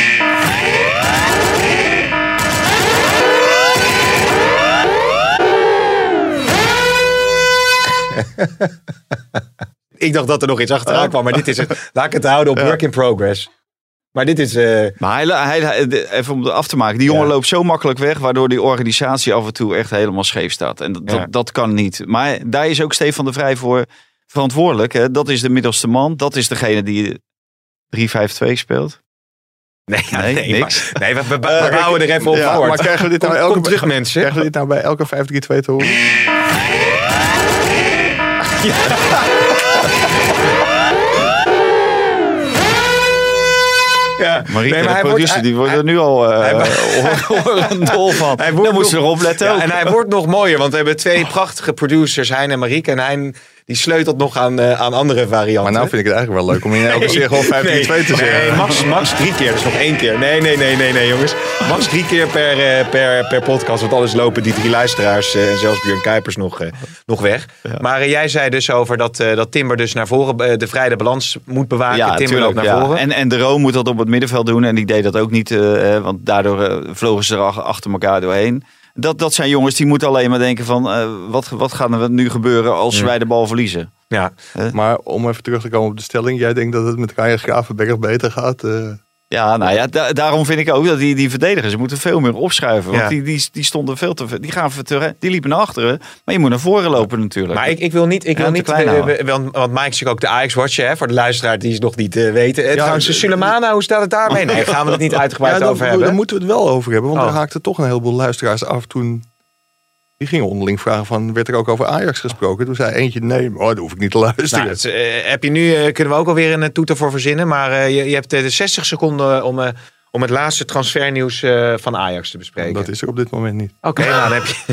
Ik dacht dat er nog iets achteraan kwam, maar dit is het. Laat ik het houden op work in progress. Maar dit is... Maar hij, even om het af te maken. Die jongen loopt zo makkelijk weg, waardoor die organisatie af en toe echt helemaal scheef staat. En dat kan niet. Maar daar is ook Stefan de Vrij voor verantwoordelijk. Hè? Dat is de middelste man. Dat is degene die 3-5-2 speelt. Nee, niks. We houden er even op voor. Maar krijgen we dit nou terug, mensen. Krijgen we dit nou bij elke 5-3-2 te horen? Marieke, de producer, die wordt er nu al dol van. Daar moest ze erop letten ook. En hij wordt nog mooier, want we hebben 2 prachtige producers, Hein en Marieke. En Hein die sleutelt nog aan andere varianten. Maar nou vind ik het eigenlijk wel leuk om in elke keer gewoon 15-2 te zeggen. Nee, max 3 keer, dus nog 1 keer. Nee, jongens. Max 3 keer per podcast, want anders lopen die 3 luisteraars en zelfs Björn Kuipers nog weg. Ja. Maar jij zei dus over dat Timber dus naar voren de vrije balans moet bewaken. Ja, Timber loopt naar voren. En de Roo moet dat op het middenveld doen en die deed dat ook niet, want daardoor vlogen ze er achter elkaar doorheen. Dat zijn jongens die moeten alleen maar denken van wat gaat er nu gebeuren als wij de bal verliezen. Ja. Maar om even terug te komen op de stelling. Jij denkt dat het met Ajax Gravenberg beter gaat? Ja, nou ja, daarom vind ik ook dat die verdedigers moeten veel meer opschuiven. Want die stonden veel te veel. Die liepen naar achteren. Maar je moet naar voren lopen natuurlijk. Maar ik wil niet want Mike is ook de Ajax-watcher, voor de luisteraar die is nog niet weten. Trouwens, Sulemana, hoe staat het daarmee? Nee, gaan we het niet uitgebreid over hebben. Daar moeten we het wel over hebben. Want daar haakten toch een heleboel luisteraars af toen. Die gingen onderling vragen van, werd er ook over Ajax gesproken? Toen zei eentje, nee, maar daar hoef ik niet te luisteren. Nou, heb je nu, kunnen we ook alweer een toeter voor verzinnen. Maar je hebt de 60 seconden om het laatste transfernieuws van Ajax te bespreken. Dat is er op dit moment niet. Oké, nou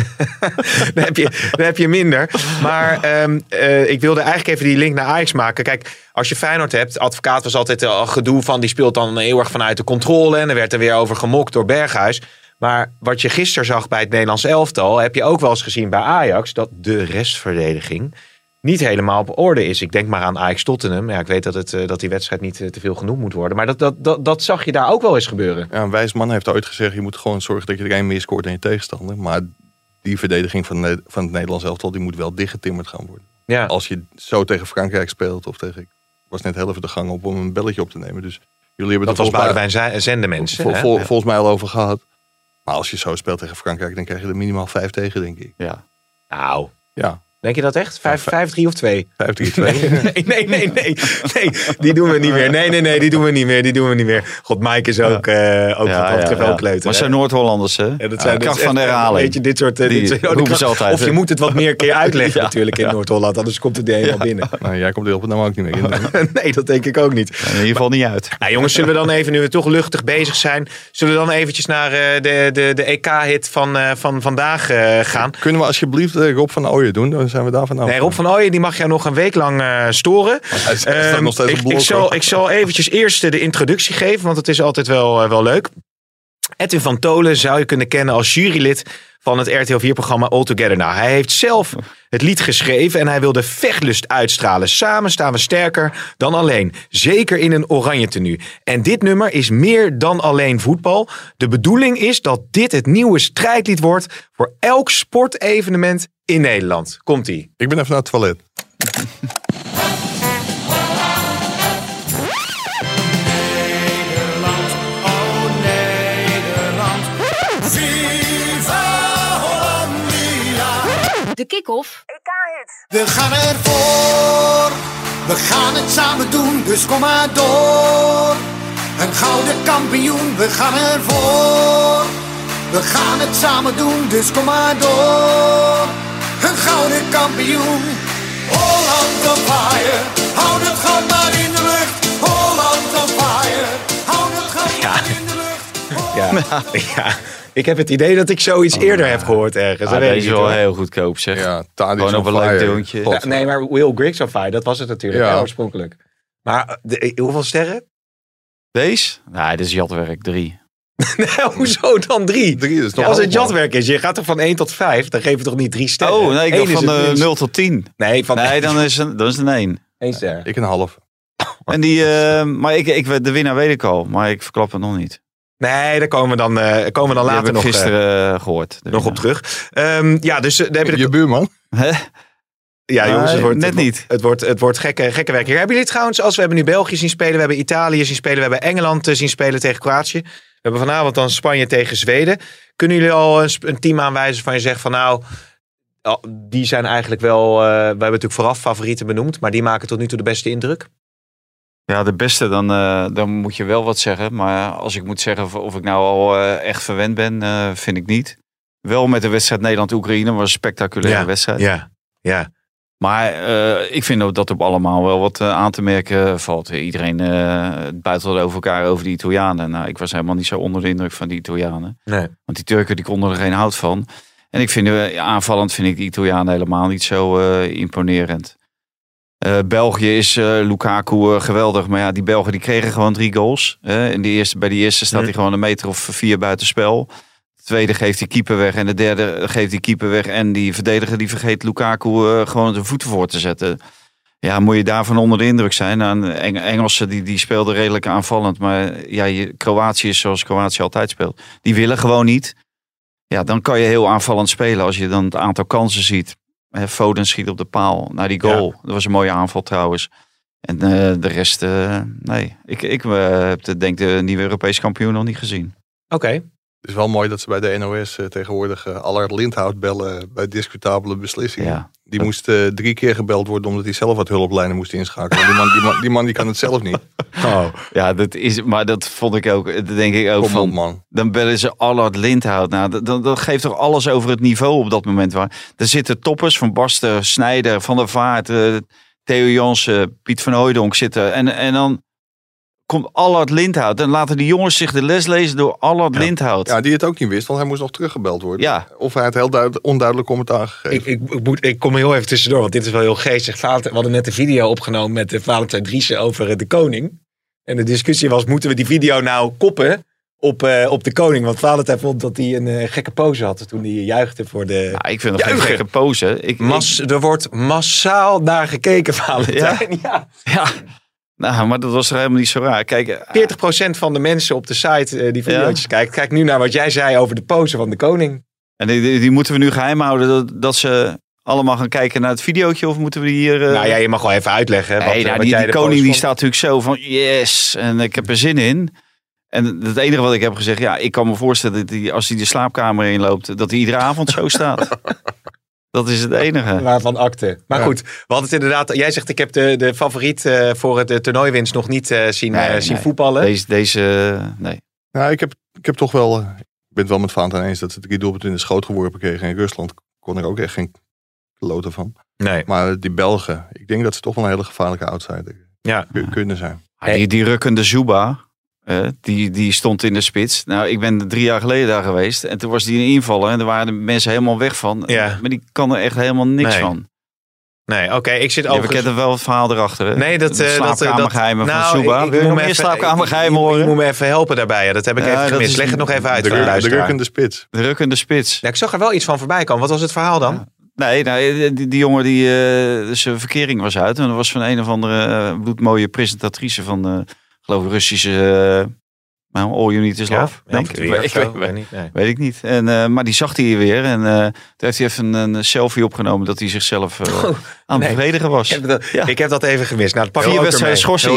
dan heb je minder. Maar ik wilde eigenlijk even die link naar Ajax maken. Kijk, als je Feyenoord hebt, Advocaat was altijd gedoe van, die speelt dan heel erg vanuit de controle. En er werd er weer over gemokt door Berghuis. Maar wat je gisteren zag bij het Nederlands elftal, heb je ook wel eens gezien bij Ajax, dat de restverdediging niet helemaal op orde is. Ik denk maar aan Ajax-Tottenham. Ja, ik weet dat die wedstrijd niet te veel genoemd moet worden. Maar dat zag je daar ook wel eens gebeuren. Ja, een wijs man heeft ooit gezegd, je moet gewoon zorgen dat je er één meer scoort dan je tegenstander. Maar die verdediging van het Nederlands elftal, die moet wel dichtgetimmerd gaan worden. Ja. Als je zo tegen Frankrijk speelt of tegen... Ik was net heel even de gang op om een belletje op te nemen. Dus jullie hebben dat was Boudewijn Zendemens. Volgens mij al over gehad. Maar als je zo speelt tegen Frankrijk, dan krijg je er minimaal 5 tegen, denk ik. Ja. Nou. Ja. Denk je dat echt? 5-3 of 2? 5-3-2. Nee. Die doen we niet meer. Nee, die doen we niet meer. God, Mike is ook wel kleuter. Maar zijn Noord-Hollanders, hè? Ja, dat zijn kracht van de herhaling. Weet je, dit soort roepen ze altijd. Of je moet het wat meer keer uitleggen natuurlijk in Noord-Holland. Anders komt het helemaal binnen. Nou, jij komt er op het naam ook niet meer in. Nee, dat denk ik ook niet. In ieder geval niet uit. Nou, jongens, zullen we dan even, nu we toch luchtig bezig zijn, zullen we dan eventjes naar de EK-hit van vandaag gaan? Kunnen we alsjeblieft Rob van Ooyen doen? Dan zijn we daarvan af. Nee, Rob van Ooyen die mag jou nog een week lang storen. Ik zal eventjes eerst de introductie geven, want het is altijd wel leuk. Edwin van Tolen zou je kunnen kennen als jurylid van het RTL 4-programma All Together. Nou, hij heeft zelf het lied geschreven en hij wil de vechtlust uitstralen. Samen staan we sterker dan alleen. Zeker in een oranje tenue. En dit nummer is meer dan alleen voetbal. De bedoeling is dat dit het nieuwe strijdlied wordt voor elk sportevenement in Nederland. Komt-ie. Ik ben even naar het toilet. De kick-off. We gaan ervoor, we gaan het samen doen, dus kom maar door. Een gouden kampioen, we gaan ervoor. We gaan het samen doen, dus kom maar door. Een gouden kampioen, Holland on fire. Hou het goud maar in de lucht, Holland on fire. Hou het goud maar in de lucht. Ja. Ik heb het idee dat ik zoiets eerder heb gehoord ergens. Deze is wel heel goedkoop, zeg. Ja, gewoon op een leuk deuntje. Ja, nee, maar Will Griggs on Fire, dat was het natuurlijk oorspronkelijk. Maar hoeveel sterren? Deze? Nee, dit is jatwerk 3. Nee, hoezo dan 3? 3 is nog als het jatwerk is, je gaat toch van 1 tot 5, dan geef je toch niet 3 sterren? Oh, nee, ik dacht van 0 tot 10. Nee, dan is het een 1. 1 ster. Ik een half. En maar de winnaar weet ik al, maar ik verklap het nog niet. Nee, daar komen we dan later nog gisteren gehoord. Nog op terug. Dus daar heb je je buurman. Ja, jongens, het wordt gekke werk hier. Hebben jullie trouwens, we hebben nu België zien spelen, we hebben Italië zien spelen, we hebben Engeland zien spelen tegen Kroatië. We hebben vanavond dan Spanje tegen Zweden. Kunnen jullie al een team aanwijzen van je zegt van nou, die zijn eigenlijk wel, we hebben natuurlijk vooraf favorieten benoemd, maar die maken tot nu toe de beste indruk? Ja, de beste, dan moet je wel wat zeggen. Maar als ik moet zeggen of ik nou al echt verwend ben, vind ik niet. Wel met de wedstrijd Nederland-Oekraïne was een spectaculaire wedstrijd. Ja. Maar ik vind ook dat op allemaal wel wat aan te merken valt. Iedereen buitelde over elkaar over die Italianen. Nou, ik was helemaal niet zo onder de indruk van die Italianen. Nee. Want die Turken die konden er geen hout van. En ik vind aanvallend vind ik de Italianen helemaal niet zo imponerend. België is Lukaku geweldig. Maar ja, die Belgen die kregen gewoon 3 goals. Bij de eerste staat hij gewoon 1 meter of 4 buitenspel. De tweede geeft die keeper weg. En de derde geeft die keeper weg. En die verdediger die vergeet Lukaku gewoon de voeten voor te zetten. Ja, moet je daarvan onder de indruk zijn. Nou, Engelsen die speelden redelijk aanvallend. Maar ja, Kroatië is zoals Kroatië altijd speelt. Die willen gewoon niet. Ja, dan kan je heel aanvallend spelen als je dan het aantal kansen ziet. Foden schiet op de paal naar die goal. Ja. Dat was een mooie aanval trouwens. En de rest, nee. Ik heb denk de nieuwe Europese kampioen nog niet gezien. Oké. Het is wel mooi dat ze bij de NOS tegenwoordig Allard Lindhout bellen bij discutabele beslissingen. Ja. Die moest 3 keer gebeld worden omdat hij zelf wat hulplijnen moest inschakelen. Die man die kan het zelf niet. Oh. Ja, maar dat vond ik ook. Dat denk ik ook. Kom op, man. Dan bellen ze Allard Lindhout. Nou, dat geeft toch alles over het niveau op dat moment. Er zitten toppers van Basten, Snijder, Van der Vaart, Theo Jansen, Piet van Hooijdonk zitten. En dan komt Allard Lindhout. En laten die jongens zich de les lezen door Allard Lindhout. Ja, die het ook niet wist, want hij moest nog teruggebeld worden. Ja. Of hij had heel onduidelijk commentaar gegeven. Ik kom heel even tussendoor, want dit is wel heel geestig. We hadden net een video opgenomen met Valentijn Driessen over de koning. En de discussie was, moeten we die video nou koppen op de koning? Want Valentijn vond dat hij een gekke pose had toen hij juichte voor de... Ja, ik vind het geen gekke pose. Er wordt massaal naar gekeken, Valentijn. Ja. Nou, maar dat was er helemaal niet zo raar. Kijk, 40% van de mensen op de site die video's kijkt, kijk nu naar wat jij zei over de pose van de koning. En die moeten we nu geheim houden dat ze allemaal gaan kijken naar het videootje, of moeten we die hier... Nou ja, je mag wel even uitleggen. Die koning die staat natuurlijk zo van yes, en ik heb er zin in. En het enige wat ik heb gezegd, ja, ik kan me voorstellen dat als hij de slaapkamer inloopt, dat hij iedere avond zo staat. Dat is het enige. Waarvan akte. Maar goed, we hadden het inderdaad... Jij zegt, ik heb de favoriet voor het toernooiwinst nog niet zien voetballen. Nee. Nou, ik heb toch wel... Ik ben het wel met Valentijn eens dat ze 3 doelpunten in de schoot geworpen kregen. En Rusland kon er ook echt geen kloten van. Nee. Maar die Belgen, ik denk dat ze toch wel een hele gevaarlijke outsider kunnen zijn. Die rukkende Zuba... Die stond in de spits. Nou, ik ben 3 jaar geleden daar geweest. En toen was die een invaller. En daar waren de mensen helemaal weg van. Ja. Maar die kan er echt helemaal niks van. Nee, oké. Ik zit overigens... Je kent er wel het verhaal erachter. Hè? Nee, dat... slaapkamergeheimen van Zuba. Wil je nog meer slaapkamergeheimen horen? Je moet me even helpen daarbij. Ja, dat heb ik even gemist. Leg het nog even uit. De rukkende spits. De rukkende spits. Ja, ik zag er wel iets van voorbij komen. Wat was het verhaal dan? Ja. Nee, die jongen die zijn verkering was uit. En dat was van een of andere bloedmooie presentatrice van... geloof ik Russische... All You Need Is Love. Weet ik niet. En, maar die zag hij weer. En toen heeft hij even een selfie opgenomen dat hij zichzelf aan het verdedigen was. Ik heb dat even gemist. Nou, 4 wedstrijden schorsing.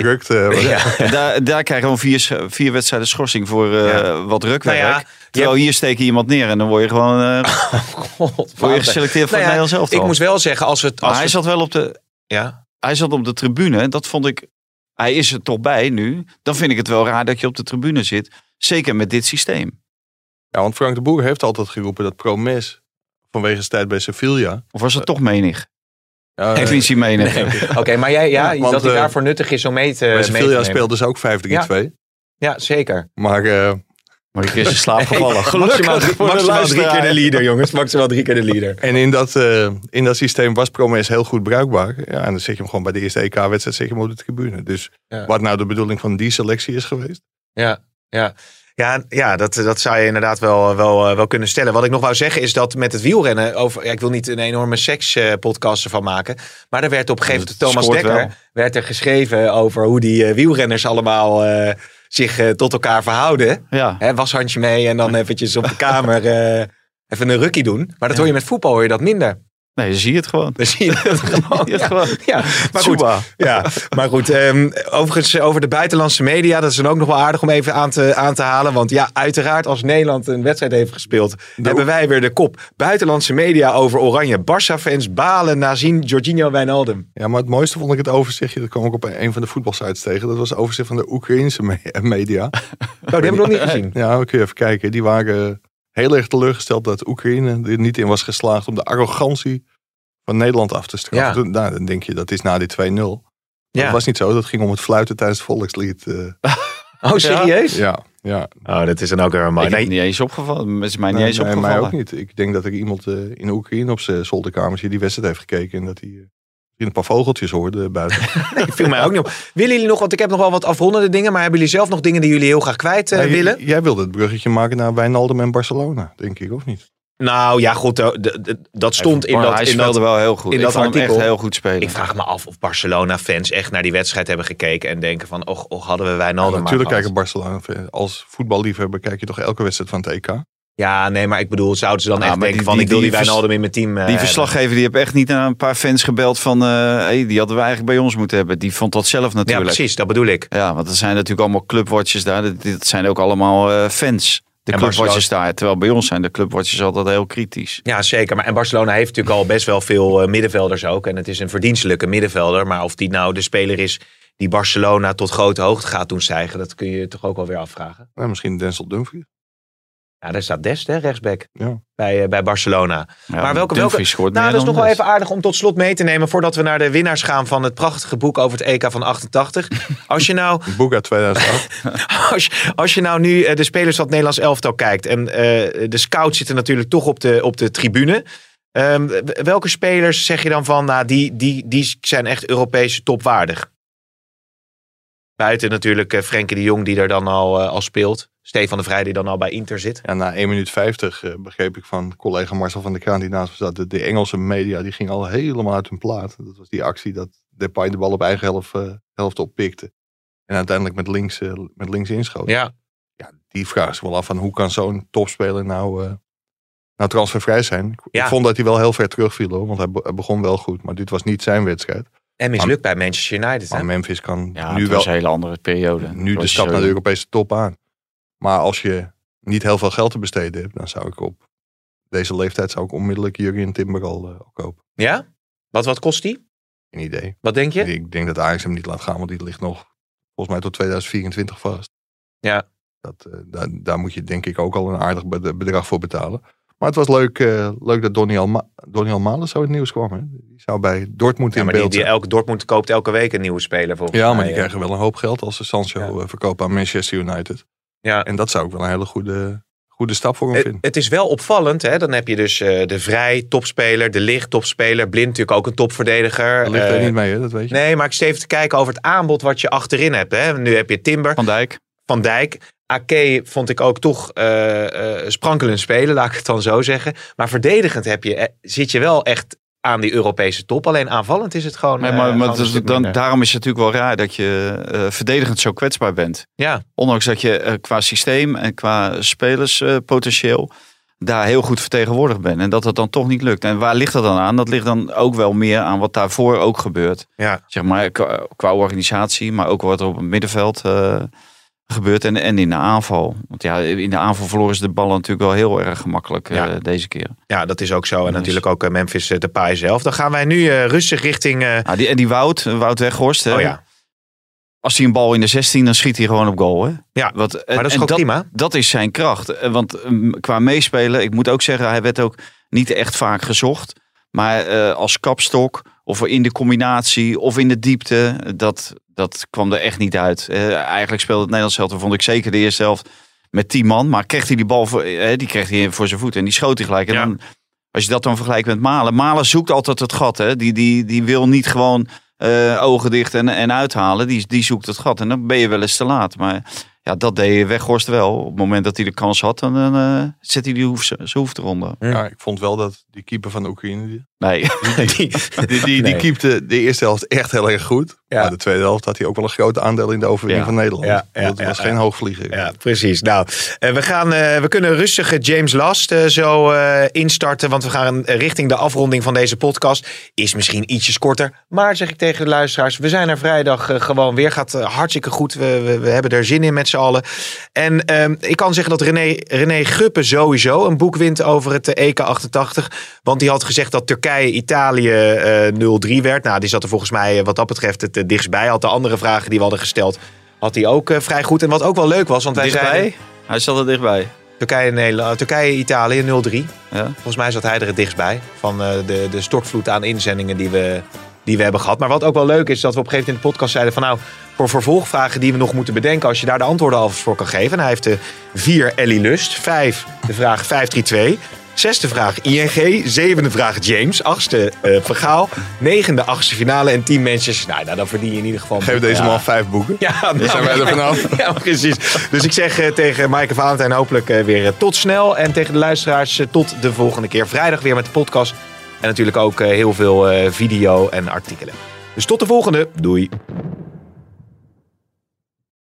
Daar krijgen we 4 wedstrijden schorsing voor wat rukwerk. Nou terwijl hier steek je iemand neer en dan word je gewoon word je geselecteerd voor het Nederlands elftal. Ik moest wel zeggen, hij zat wel op de... Ja. Hij zat op de tribune. Dat vond ik... Hij is er toch bij nu. Dan vind ik het wel raar dat je op de tribune zit. Zeker met dit systeem. Ja, want Frank de Boer heeft altijd geroepen dat Promes vanwege zijn tijd bij Sevilla... Of was het toch menig? Heeft hij menig? Nee. Oké, maar jij dat hij daarvoor nuttig is om mee te bij Sevilla speelde ze ook 5-3-2. Ja, zeker. Maar ik is in slaap gevallen. Maximaal 3 keer de leader, jongens. Maximaal 3 keer de leader. En in dat systeem was Promes heel goed bruikbaar. Ja, en dan zet je hem gewoon bij de eerste EK-wedstrijd zet je hem op de tribune. Dus wat nou de bedoeling van die selectie is geweest? Ja, dat zou je inderdaad wel kunnen stellen. Wat ik nog wou zeggen is dat met het wielrennen... ik wil niet een enorme sekspodcast ervan maken. Maar er werd op een gegeven moment... Thomas Dekker werd er geschreven over hoe die wielrenners allemaal... zich tot elkaar verhouden. Ja. Washandje mee en dan eventjes op de kamer even een rukkie doen. Maar dat hoor je met voetbal hoor je dat minder. Nee, dan zie je het gewoon. Maar goed. Overigens over de buitenlandse media. Dat is dan ook nog wel aardig om even aan te halen. Want ja, uiteraard als Nederland een wedstrijd heeft gespeeld... hebben wij weer de kop. Buitenlandse media over Oranje. Barça-fans balen na zien Jorginho Wijnaldum. Ja, maar het mooiste vond ik het overzichtje. Dat kwam ik op een van de voetbalsites tegen. Dat was het overzicht van de Oekraïense media. Die heb ik nog niet gezien. Ja, dan kun je even kijken. Die waren... heel erg teleurgesteld dat Oekraïne er niet in was geslaagd om de arrogantie van Nederland af te straffen. Ja. Dan denk je, dat is na die 2-0. Ja. Dat was niet zo. Dat ging om het fluiten tijdens het volkslied. Oh, serieus? Ja. Oh, dat is dan ook weer mooi. Ik heb het niet eens opgevallen. Het is mij niet eens opgevallen. Mij ook niet. Ik denk dat er iemand in de Oekraïne op zijn zolderkamertje die wedstrijd heeft gekeken. En dat hij een paar vogeltjes hoorde buiten. Nee, viel mij ook niet op. Willen jullie nog, want ik heb nog wel wat afrondende dingen. Maar hebben jullie zelf nog dingen die jullie heel graag kwijt willen? Jij wilde het bruggetje maken naar Wijnaldum en Barcelona, denk ik, of niet? Nou ja, goed, dat stond in dat... Hij speelde wel heel goed. In dat artikel hem echt heel goed spelen. Ik vraag me af of Barcelona-fans echt naar die wedstrijd hebben gekeken en denken van, och hadden we Wijnaldum maar natuurlijk gehad. kijken Barcelona. Als voetballiefhebber kijk je toch elke wedstrijd van het EK? Ja, nee, maar ik bedoel, zouden ze dan echt denken van, ik wil die Wijnaldum in mijn team Die verslaggever die heeft echt niet naar een paar fans gebeld van, die hadden we eigenlijk bij ons moeten hebben. Die vond dat zelf natuurlijk. Ja, precies, dat bedoel ik. Ja, want er zijn natuurlijk allemaal clubwatchers daar. Dat zijn ook allemaal fans. De clubwatchers daar. Terwijl bij ons zijn de clubwatchers altijd heel kritisch. Ja, zeker. Maar en Barcelona heeft natuurlijk al best wel veel middenvelders ook. En het is een verdienstelijke middenvelder. Maar of die nou de speler is die Barcelona tot grote hoogte gaat doen stijgen, dat kun je toch ook wel weer afvragen. Nou, misschien Denzel Dumfries. Ja, daar staat Dest, hè, rechtsback. Ja. Bij Barcelona. Ja, maar welke scoort nou, meer dat is nog wel Dest. even aardig om tot slot mee te nemen voordat we naar de winnaars gaan van het prachtige boek over het EK van 88. Als je nou... Een boek uit 2008. als je nou nu de spelers van het Nederlands elftal kijkt en de scouts zitten natuurlijk toch op de tribune. Welke spelers zeg je dan van, nou, die zijn echt Europese topwaardig? Buiten natuurlijk Frenkie de Jong die er dan al speelt. Stefan de Vrij die dan al bij Inter zit. Ja, na 1 minuut 50 begreep ik van collega Marcel van der Kraan die naast me zat. De Engelse media die ging al helemaal uit hun plaat. Dat was die actie dat Depay de bal op eigen helft oppikte. En uiteindelijk met links inschoot. Ja. Ja, die vraag is wel af van hoe kan zo'n topspeler nou transfervrij zijn. Ja. Ik vond dat hij wel heel ver terugviel hoor. Want hij begon wel goed. Maar dit was niet zijn wedstrijd. En mislukt bij Manchester United. Maar Hè? Memphis kan Ja, nu het wel was een hele andere periode. nu de stap naar de Europese top aan. Maar als je niet heel veel geld te besteden hebt, dan zou ik op deze leeftijd onmiddellijk Jurgen Timber al kopen. Ja? Wat kost die? Geen idee. Wat denk je? Ik denk dat Ajax hem niet laat gaan, want die ligt nog volgens mij tot 2024 vast. Ja. Daar moet je denk ik ook al een aardig bedrag voor betalen. Maar het was leuk dat Donny Almalen zo in het nieuws kwam. Hè? Die zou bij Dortmund in beeld zijn. Dortmund koopt elke week een nieuwe speler volgens mij. Ja, maar die krijgen wel een hoop geld als ze Sancho verkopen aan Manchester United. Ja. En dat zou ik wel een hele goede stap voor hem vinden. Het is wel opvallend. Hè? Dan heb je dus de Vrij, topspeler. De Ligt, topspeler. Blind natuurlijk ook een topverdediger. Dat ligt er niet mee, hè? Dat weet je. Nee, maar ik zit even te kijken over het aanbod wat je achterin hebt. Hè? Nu heb je Timber. Van Dijk. Ake vond ik ook toch sprankelend spelen, laat ik het dan zo zeggen. Maar verdedigend zit je wel echt aan die Europese top. Alleen aanvallend is het gewoon... daarom is het natuurlijk wel raar dat je verdedigend zo kwetsbaar bent. Ja. Ondanks dat je qua systeem en qua spelerspotentieel daar heel goed vertegenwoordigd bent. En dat het dan toch niet lukt. En waar ligt dat dan aan? Dat ligt dan ook wel meer aan wat daarvoor ook gebeurt. Ja. Zeg maar qua organisatie, maar ook wat er op het middenveld gebeurt en in de aanval. Want ja, in de aanval verloren ze de ballen natuurlijk wel heel erg gemakkelijk deze keer. Ja, dat is ook zo. En natuurlijk ook Memphis Depay zelf. Dan gaan wij nu rustig richting... Die Wout Weghorst. Hè? Oh ja. Als hij een bal in de 16, dan schiet hij gewoon op goal. Hè? Ja, maar dat is gewoon prima. Dat is zijn kracht. Want qua meespelen, ik moet ook zeggen, hij werd ook niet echt vaak gezocht. Maar als kapstok, of in de combinatie, of in de diepte, dat kwam er echt niet uit. Eigenlijk speelde het Nederlands elftal, vond ik zeker de eerste helft met 10 man. Maar kreeg hij die bal die kreeg hij voor zijn voet en die schoot hij gelijk. En dan, als je dat dan vergelijkt met Malen. Malen zoekt altijd het gat. Hè? Die wil niet gewoon ogen dicht en uithalen. Die zoekt het gat. En dan ben je wel eens te laat. Maar ja, dat deed Weghorst wel. Op het moment dat hij de kans had, dan zet hij zijn hoofd eronder. Ja, ik vond wel dat die keeper van de Oekraïne... Die keepte de eerste helft echt heel erg goed. Ja. Maar de tweede helft had hij ook wel een groot aandeel in de overwinning van Nederland. Dat was geen hoogvlieger. Ja, precies. Nou, we kunnen rustig James Last zo instarten. Want we gaan richting de afronding van deze podcast. Is misschien ietsjes korter. Maar zeg ik tegen de luisteraars, we zijn er vrijdag gewoon weer. Gaat hartstikke goed. We hebben er zin in met z'n allen. En ik kan zeggen dat René Guppen sowieso een boek wint over het EK 88. Want die had gezegd dat Turkije-Italië 0-3 werd. Nou, die zat er volgens mij wat dat betreft het dichtstbij. Had de andere vragen die we hadden gesteld, had hij ook vrij goed. En wat ook wel leuk was, want wij dichtbij? zeiden... Hij zat er dichtbij. Turkije-Italië 0-3. Ja. Volgens mij zat hij er het dichtst bij. Van de stortvloed aan inzendingen die we hebben gehad. Maar wat ook wel leuk is, dat we op een gegeven moment in de podcast zeiden van voor vervolgvragen die we nog moeten bedenken, als je daar de antwoorden alvast voor kan geven. En hij heeft 4 Ellie Lust, 5 de vraag 5-3-2, 6e vraag ING, 7e vraag James, 8e Vergaal, 9e achtste finale en 10 Manchester. Nou, dan verdien je in ieder geval... Geef deze man 5 boeken. Ja, dan zijn wij er vanaf. Ja, precies. Dus ik zeg tegen Maaike Valentijn hopelijk weer tot snel. En tegen de luisteraars tot de volgende keer. Vrijdag weer met de podcast. En natuurlijk ook heel veel video en artikelen. Dus tot de volgende. Doei.